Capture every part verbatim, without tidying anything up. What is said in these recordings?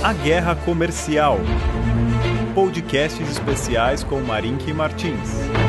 A Guerra Comercial. Podcasts especiais com Marinky Martins.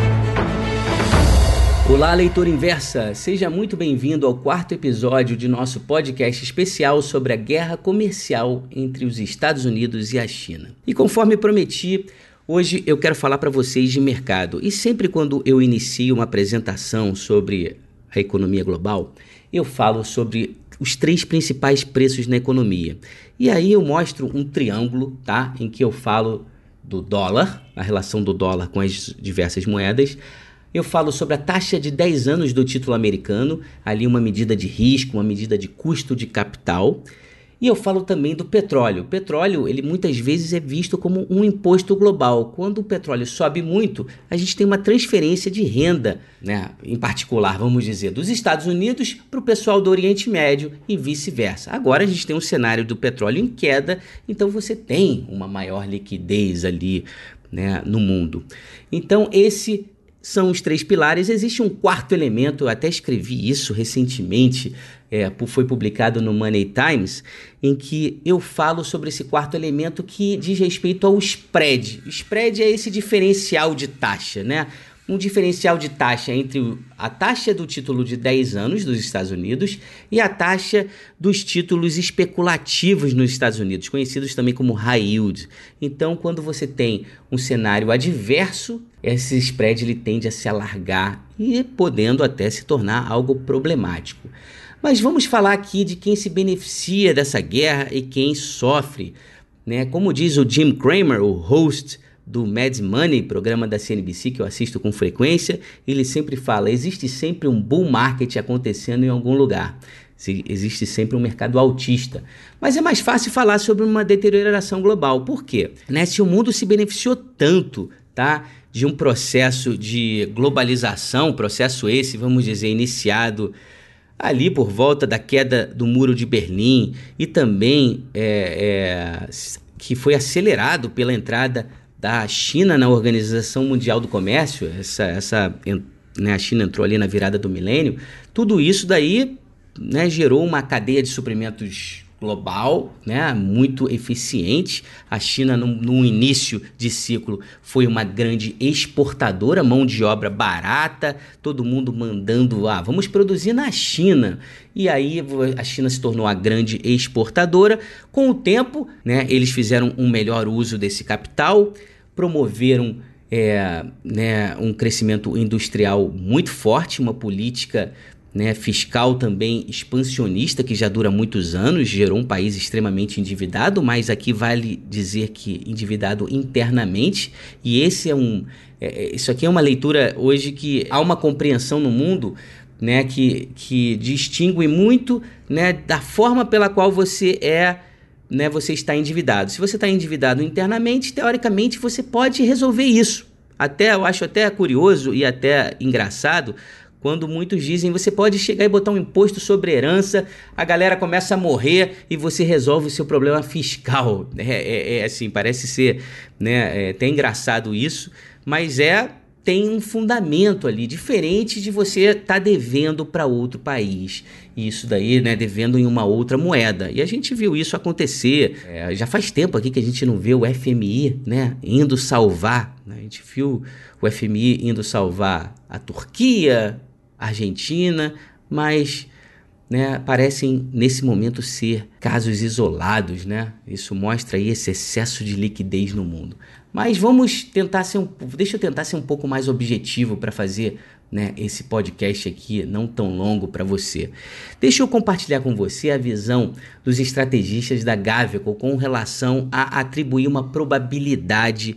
Olá, leitor inversa! Seja muito bem-vindo ao quarto episódio de nosso podcast especial sobre a guerra comercial entre os Estados Unidos e a China. E conforme prometi, hoje eu quero falar para vocês de mercado. E sempre quando eu inicio uma apresentação sobre a economia global, eu falo sobre os três principais preços na economia. E aí eu mostro um triângulo, tá? Em que eu falo do dólar, a relação do dólar com as diversas moedas. Eu falo sobre a taxa de dez anos do título americano, ali uma medida de risco, uma medida de custo de capital. E eu falo também do petróleo. O petróleo, ele muitas vezes é visto como um imposto global. Quando o petróleo sobe muito, a gente tem uma transferência de renda, né? Em particular, vamos dizer, dos Estados Unidos para o pessoal do Oriente Médio e vice-versa. Agora a gente tem um cenário do petróleo em queda, então você tem uma maior liquidez ali, né, no mundo. Então esse são os três pilares. Existe um quarto elemento, eu até escrevi isso recentemente, é, foi publicado no Money Times, em que eu falo sobre esse quarto elemento que diz respeito ao spread. O spread é esse diferencial de taxa, né? Um diferencial de taxa entre a taxa do título de dez anos dos Estados Unidos e a taxa dos títulos especulativos nos Estados Unidos, conhecidos também como high yield. Então, quando você tem um cenário adverso, esse spread ele tende a se alargar e podendo até se tornar algo problemático. Mas vamos falar aqui de quem se beneficia dessa guerra e quem sofre, né? Como diz o Jim Cramer, o host do Mad Money, programa da C N B C que eu assisto com frequência, ele sempre fala, existe sempre um bull market acontecendo em algum lugar. Existe sempre um mercado altista. Mas é mais fácil falar sobre uma deterioração global. Por quê? Né? Se o mundo se beneficiou tanto, tá, de um processo de globalização, processo esse, vamos dizer, iniciado ali por volta da queda do Muro de Berlim e também é, é, que foi acelerado pela entrada da China na Organização Mundial do Comércio, essa, essa, né, a China entrou ali na virada do milênio, tudo isso daí, né, gerou uma cadeia de suprimentos global, né, muito eficiente. A China no, no início de ciclo foi uma grande exportadora, mão de obra barata, todo mundo mandando, ah, vamos produzir na China. E aí a China se tornou a grande exportadora. Com o tempo, né, eles fizeram um melhor uso desse capital, promoveram é, né, um crescimento industrial muito forte, uma política, né, fiscal também expansionista que já dura muitos anos, gerou um país extremamente endividado, mas aqui vale dizer que endividado internamente, e esse é um, é, isso aqui é uma leitura hoje que há uma compreensão no mundo, né, que, que distingue muito, né, da forma pela qual você é, né, você está endividado. Se você está endividado internamente, teoricamente você pode resolver isso. Até eu acho até curioso e até engraçado quando muitos dizem você pode chegar e botar um imposto sobre herança, a galera começa a morrer e você resolve o seu problema fiscal. É, é, é assim, parece ser, né, é até engraçado isso, mas é, tem um fundamento ali, diferente de você estar tá devendo para outro país. Isso daí, né, devendo em uma outra moeda. E a gente viu isso acontecer. É, já faz tempo aqui que a gente não vê o F M I, né, indo salvar. Né? A gente viu o F M I indo salvar a Turquia, Argentina, mas, né, parecem nesse momento ser casos isolados, né? Isso mostra aí esse excesso de liquidez no mundo. Mas vamos tentar ser um, deixa eu tentar ser um pouco mais objetivo para fazer, né, esse podcast aqui não tão longo para você. Deixa eu compartilhar com você a visão dos estrategistas da Gaveco com relação a atribuir uma probabilidade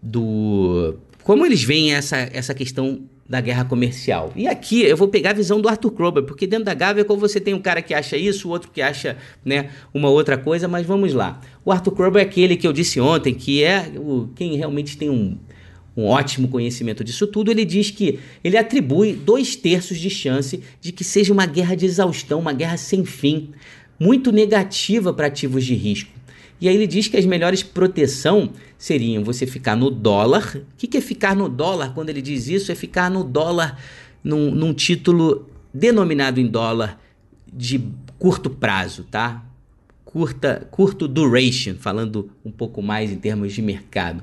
do como eles veem essa, essa questão da guerra comercial. E aqui eu vou pegar a visão do Arthur Krober, porque dentro da Gaveco você tem um cara que acha isso, o outro que acha, né, uma outra coisa, mas vamos lá. O Arthur Krober é aquele que eu disse ontem, que é o, quem realmente tem um, um ótimo conhecimento disso tudo. Ele diz que ele atribui dois terços de chance de que seja uma guerra de exaustão, uma guerra sem fim, muito negativa para ativos de risco. E aí ele diz que as melhores proteção seriam você ficar no dólar. O que, que é ficar no dólar? Quando ele diz isso, é ficar no dólar num, num título denominado em dólar de curto prazo, tá? curta, curto duration, falando um pouco mais em termos de mercado.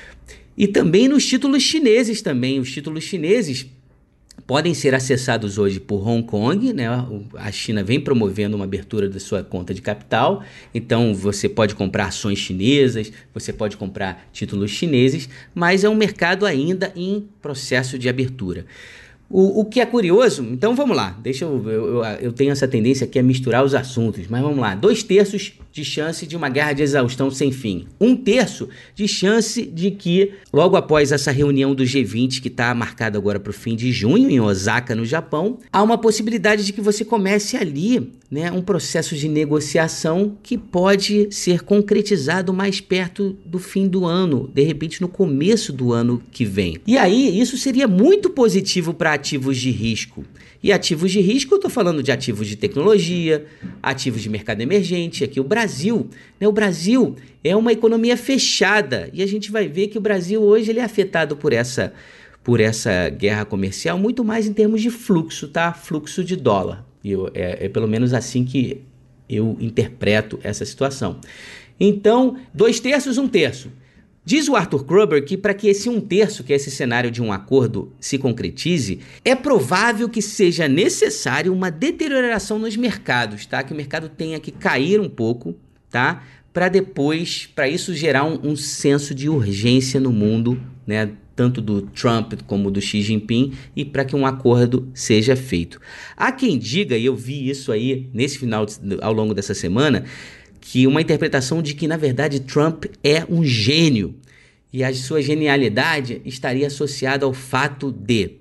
E também nos títulos chineses também. Os títulos chineses podem ser acessados hoje por Hong Kong, né? A China vem promovendo uma abertura da sua conta de capital, então você pode comprar ações chinesas, você pode comprar títulos chineses, mas é um mercado ainda em processo de abertura. O, o que é curioso, então vamos lá, deixa eu, eu, eu tenho essa tendência aqui a misturar os assuntos, mas vamos lá, dois terços de chance de uma guerra de exaustão sem fim, um terço de chance de que logo após essa reunião do G vinte que está marcada agora para o fim de junho em Osaka, no Japão, há uma possibilidade de que você comece ali, né, um processo de negociação que pode ser concretizado mais perto do fim do ano, de repente no começo do ano que vem. E aí isso seria muito positivo para ativos de risco. E ativos de risco, eu estou falando de ativos de tecnologia, ativos de mercado emergente. Aqui o Brasil, né? O Brasil é uma economia fechada e a gente vai ver que o Brasil hoje ele é afetado por essa, por essa guerra comercial muito mais em termos de fluxo, tá? Fluxo de dólar. E eu, é, é pelo menos assim que eu interpreto essa situação. Então, dois terços, um terço. Diz o Arthur Kruber que para que esse um terço, que é esse cenário de um acordo, se concretize, é provável que seja necessário uma deterioração nos mercados, tá? Que o mercado tenha que cair um pouco, tá? Para depois, para isso gerar um, um senso de urgência no mundo, né? Tanto do Trump como do Xi Jinping, e para que um acordo seja feito. Há quem diga, e eu vi isso aí nesse final, ao longo dessa semana, que uma interpretação de que, na verdade, Trump é um gênio e a sua genialidade estaria associada ao fato de,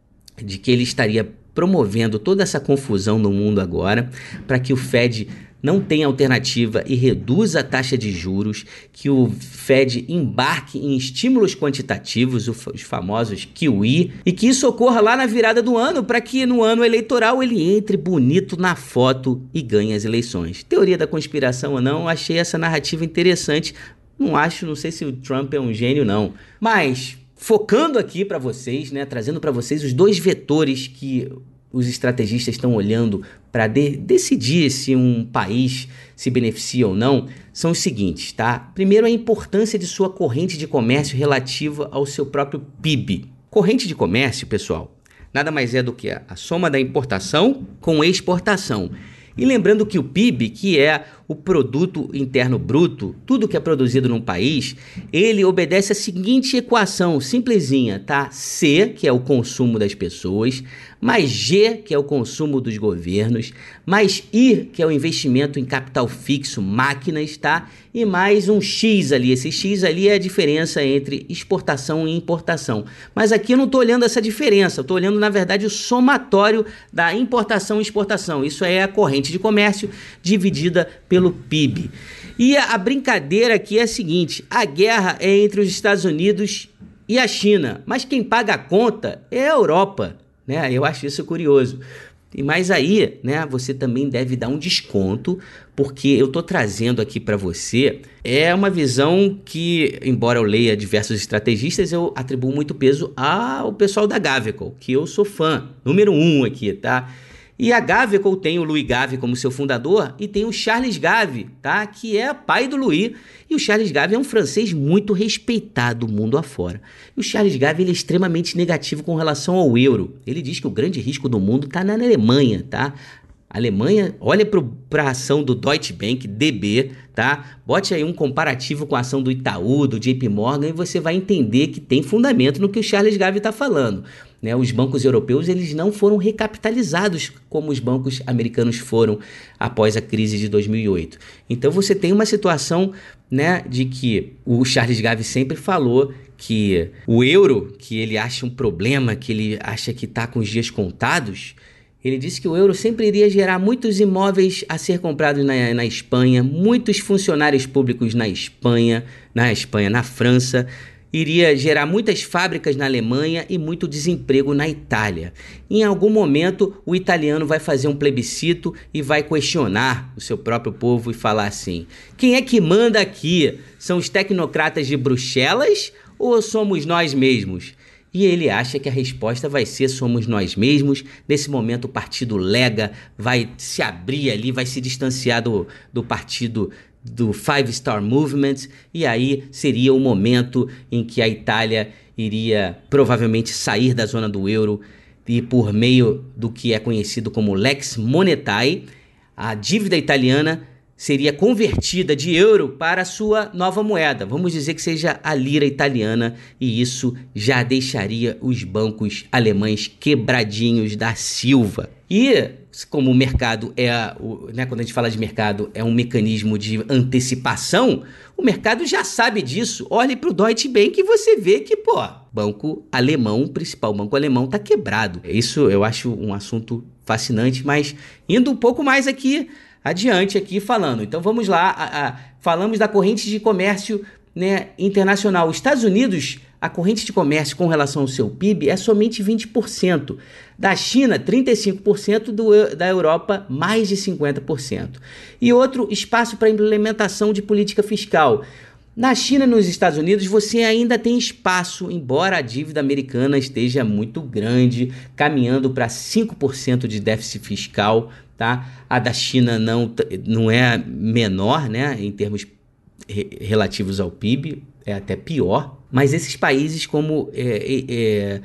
de que ele estaria promovendo toda essa confusão no mundo agora para que o Fed não tenha alternativa e reduza a taxa de juros, que o Fed embarque em estímulos quantitativos, os famosos Q E, e que isso ocorra lá na virada do ano, para que no ano eleitoral ele entre bonito na foto e ganhe as eleições. Teoria da conspiração ou não, achei essa narrativa interessante. Não acho, não sei se o Trump é um gênio não, mas focando aqui para vocês, né, trazendo para vocês os dois vetores que os estrategistas estão olhando para de- decidir se um país se beneficia ou não, são os seguintes, tá? Primeiro, a importância de sua corrente de comércio relativa ao seu próprio P I B. Corrente de comércio, pessoal, nada mais é do que a soma da importação com exportação. E lembrando que o P I B, que é o produto interno bruto, tudo que é produzido num país, ele obedece à seguinte equação simplesinha, tá? C, que é o consumo das pessoas, mais G, que é o consumo dos governos, mais I, que é o investimento em capital fixo, máquinas, tá? E mais um X ali. Esse X ali é a diferença entre exportação e importação. Mas aqui eu não estou olhando essa diferença, eu estou olhando, na verdade, o somatório da importação e exportação. Isso é a corrente de comércio dividida pelo P I B. E a, a brincadeira aqui é a seguinte: a guerra é entre os Estados Unidos e a China, mas quem paga a conta é a Europa, né? Eu acho isso curioso. E mas aí, né, você também deve dar um desconto, porque eu estou trazendo aqui para você é uma visão que, embora eu leia diversos estrategistas, eu atribuo muito peso ao pessoal da Gaveco, que eu sou fã, número um aqui, tá? E a Gaveco tem o Louis Gave como seu fundador e tem o Charles Gave, tá? Que é pai do Louis. E o Charles Gave é um francês muito respeitado mundo afora. E o Charles Gave ele é extremamente negativo com relação ao euro. Ele diz que o grande risco do mundo está na Alemanha, tá? A Alemanha, olha para a ação do Deutsche Bank, D B, tá? Bote aí um comparativo com a ação do Itaú, do J P Morgan, e você vai entender que tem fundamento no que o Charles Gave está falando. Né? Os bancos europeus eles não foram recapitalizados como os bancos americanos foram após a crise de dois mil e oito. Então você tem uma situação, né, de que o Charles Gave sempre falou que o euro, que ele acha um problema, que ele acha que está com os dias contados. Ele disse que o euro sempre iria gerar muitos imóveis a ser comprados na, na Espanha, muitos funcionários públicos na Espanha, na Espanha, na França, iria gerar muitas fábricas na Alemanha e muito desemprego na Itália. Em algum momento, o italiano vai fazer um plebiscito e vai questionar o seu próprio povo e falar assim: quem é que manda aqui? São os tecnocratas de Bruxelas ou somos nós mesmos? E ele acha que a resposta vai ser somos nós mesmos. Nesse momento o partido Lega vai se abrir ali, vai se distanciar do, do partido do Five Star Movement, e aí seria o momento em que a Itália iria provavelmente sair da zona do euro e por meio do que é conhecido como Lex Monetae, a dívida italiana seria convertida de euro para a sua nova moeda. Vamos dizer que seja a lira italiana, e isso já deixaria os bancos alemães quebradinhos da Silva. E como o mercado é, o, né, quando a gente fala de mercado, é um mecanismo de antecipação, o mercado já sabe disso. Olhe para o Deutsche Bank e você vê que, pô, banco alemão, o principal banco alemão, está quebrado. Isso eu acho um assunto fascinante, mas indo um pouco mais aqui adiante aqui falando. Então vamos lá, a, a, falamos da corrente de comércio, né, internacional. Os Estados Unidos, a corrente de comércio com relação ao seu P I B é somente vinte por cento. Da China, trinta e cinco por cento, do, da Europa, mais de cinquenta por cento. E outro espaço para implementação de política fiscal. Na China e nos Estados Unidos você ainda tem espaço, embora a dívida americana esteja muito grande, caminhando para cinco por cento de déficit fiscal, tá? A da China não, não é menor, né, em termos re- relativos ao P I B, é até pior, mas esses países como é, é,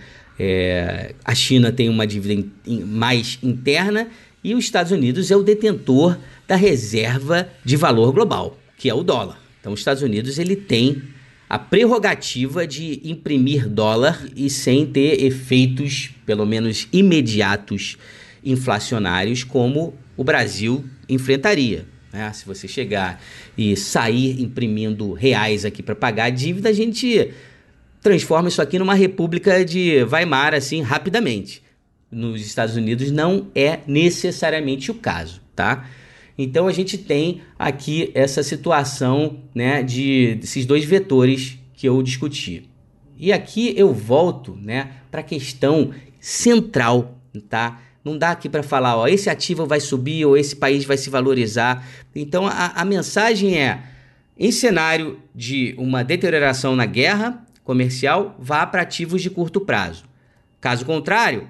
é, a China tem uma dívida in, in, mais interna e os Estados Unidos é o detentor da reserva de valor global, que é o dólar. Então os Estados Unidos ele tem a prerrogativa de imprimir dólar e sem ter efeitos, pelo menos imediatos, inflacionários, como o Brasil enfrentaria. Né? Se você chegar e sair imprimindo reais aqui para pagar a dívida, a gente transforma isso aqui numa república de Weimar assim rapidamente. Nos Estados Unidos não é necessariamente o caso, tá? Então a gente tem aqui essa situação, né, de desses dois vetores que eu discuti. E aqui eu volto, né, para a questão central, tá? Não dá aqui para falar, ó, esse ativo vai subir ou esse país vai se valorizar. Então a, a mensagem é, em cenário de uma deterioração na guerra comercial, vá para ativos de curto prazo. Caso contrário,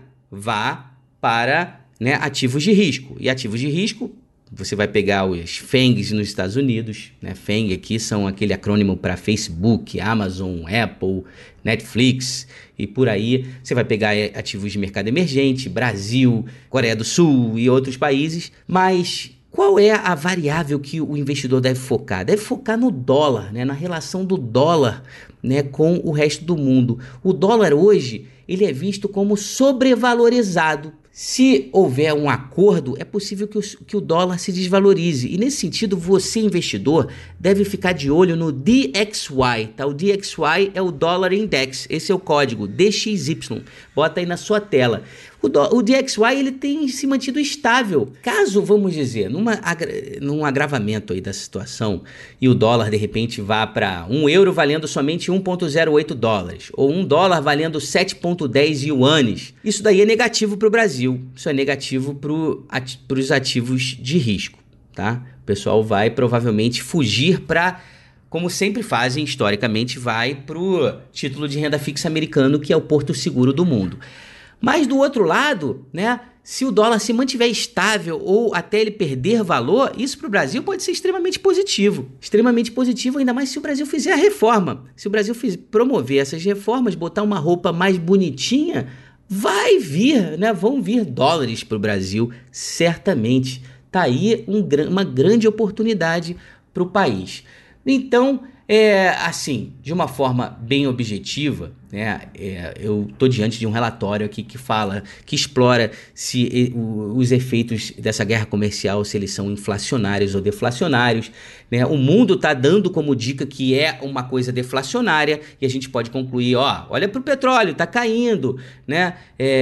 vá para, né, ativos de risco. E ativos de risco, você vai pegar os FANGs nos Estados Unidos, né? FANG aqui são aquele acrônimo para Facebook, Amazon, Apple, Netflix e por aí. Você vai pegar ativos de mercado emergente, Brasil, Coreia do Sul e outros países. Mas qual é a variável que o investidor deve focar? Deve focar no dólar, né? Na relação do dólar, né, com o resto do mundo. O dólar hoje ele é visto como sobrevalorizado. Se houver um acordo, é possível que o, que o dólar se desvalorize. E nesse sentido, você, investidor, deve ficar de olho no D X Y. Tá? O D X Y é o Dollar Index. Esse é o código D X Y. Bota aí na sua tela. O, do, o D X Y ele tem se mantido estável. Caso, vamos dizer, numa, agra, num agravamento aí da situação e o dólar de repente vá para um euro valendo somente um vírgula zero oito dólares ou um dólar valendo sete vírgula dez yuanes, isso daí é negativo para o Brasil. Isso é negativo para os ativos de risco. Tá? O pessoal vai provavelmente fugir para, como sempre fazem historicamente, vai para o título de renda fixa americano, que é o porto seguro do mundo. Mas do outro lado, né, se o dólar se mantiver estável ou até ele perder valor, isso para o Brasil pode ser extremamente positivo. Extremamente positivo, ainda mais se o Brasil fizer a reforma. Se o Brasil fiz, promover essas reformas, botar uma roupa mais bonitinha, vai vir, né? Vão vir dólares para o Brasil, certamente. Está aí um, uma grande oportunidade para o país. Então, é, assim, de uma forma bem objetiva, né, é, eu estou diante de um relatório aqui que fala, que explora se e, o, os efeitos dessa guerra comercial, se eles são inflacionários ou deflacionários. Né? O mundo está dando como dica que é uma coisa deflacionária e a gente pode concluir, ó, olha para o petróleo, está caindo, né?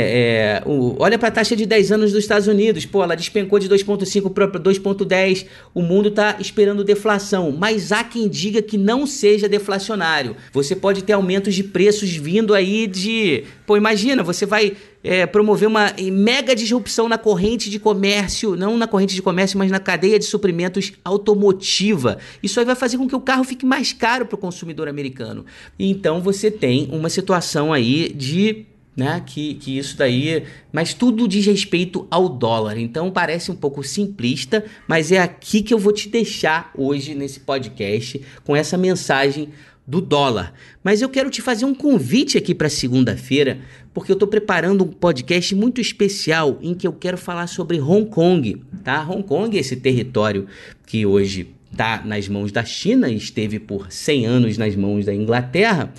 É, é, o, olha para a taxa de dez anos dos Estados Unidos, pô, ela despencou de dois vírgula cinco para dois vírgula dez, o mundo está esperando deflação, mas há quem diga que não não seja deflacionário. Você pode ter aumentos de preços vindo aí de... Pô, imagina, você vai é, promover uma mega disrupção na corrente de comércio, não na corrente de comércio, mas na cadeia de suprimentos automotiva. Isso aí vai fazer com que o carro fique mais caro para o consumidor americano. Então você tem uma situação aí de... Né, que, que isso daí, mas tudo diz respeito ao dólar, então parece um pouco simplista, mas é aqui que eu vou te deixar hoje nesse podcast com essa mensagem do dólar. Mas eu quero te fazer um convite aqui para segunda-feira, porque eu estou preparando um podcast muito especial em que eu quero falar sobre Hong Kong, tá? Hong Kong é esse território que hoje está nas mãos da China e esteve por cem anos nas mãos da Inglaterra.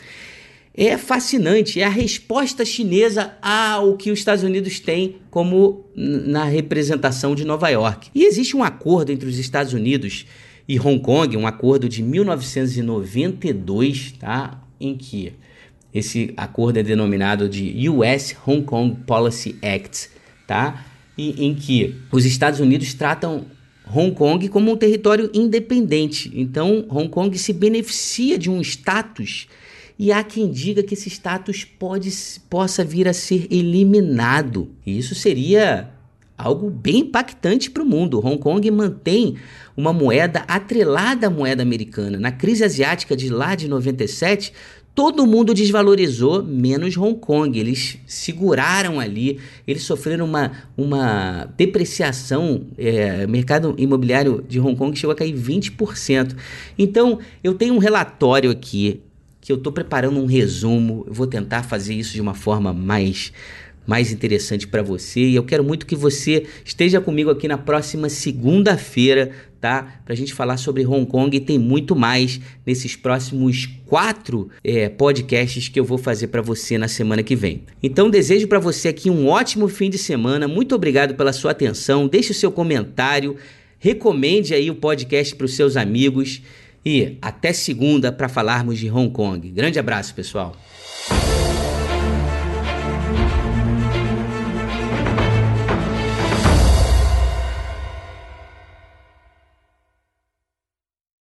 É fascinante, é a resposta chinesa ao que os Estados Unidos têm como na representação de Nova York. E existe um acordo entre os Estados Unidos e Hong Kong, um acordo de mil novecentos e noventa e dois, tá? Em que esse acordo é denominado de U S Hong Kong Policy Act, tá? E em que os Estados Unidos tratam Hong Kong como um território independente. Então, Hong Kong se beneficia de um status. E há quem diga que esse status pode, possa vir a ser eliminado. E isso seria algo bem impactante para o mundo. Hong Kong mantém uma moeda atrelada à moeda americana. Na crise asiática de lá de noventa e sete, todo mundo desvalorizou, menos Hong Kong. Eles seguraram ali, eles sofreram uma, uma depreciação. É, o mercado imobiliário de Hong Kong chegou a cair vinte por cento. Então, eu tenho um relatório aqui, que eu estou preparando um resumo, eu vou tentar fazer isso de uma forma mais, mais interessante para você, e eu quero muito que você esteja comigo aqui na próxima segunda-feira, tá? Para a gente falar sobre Hong Kong, e tem muito mais nesses próximos quatro é, podcasts que eu vou fazer para você na semana que vem. Então desejo para você aqui um ótimo fim de semana, muito obrigado pela sua atenção, deixe o seu comentário, recomende aí o podcast para os seus amigos, e até segunda para falarmos de Hong Kong. Grande abraço, pessoal!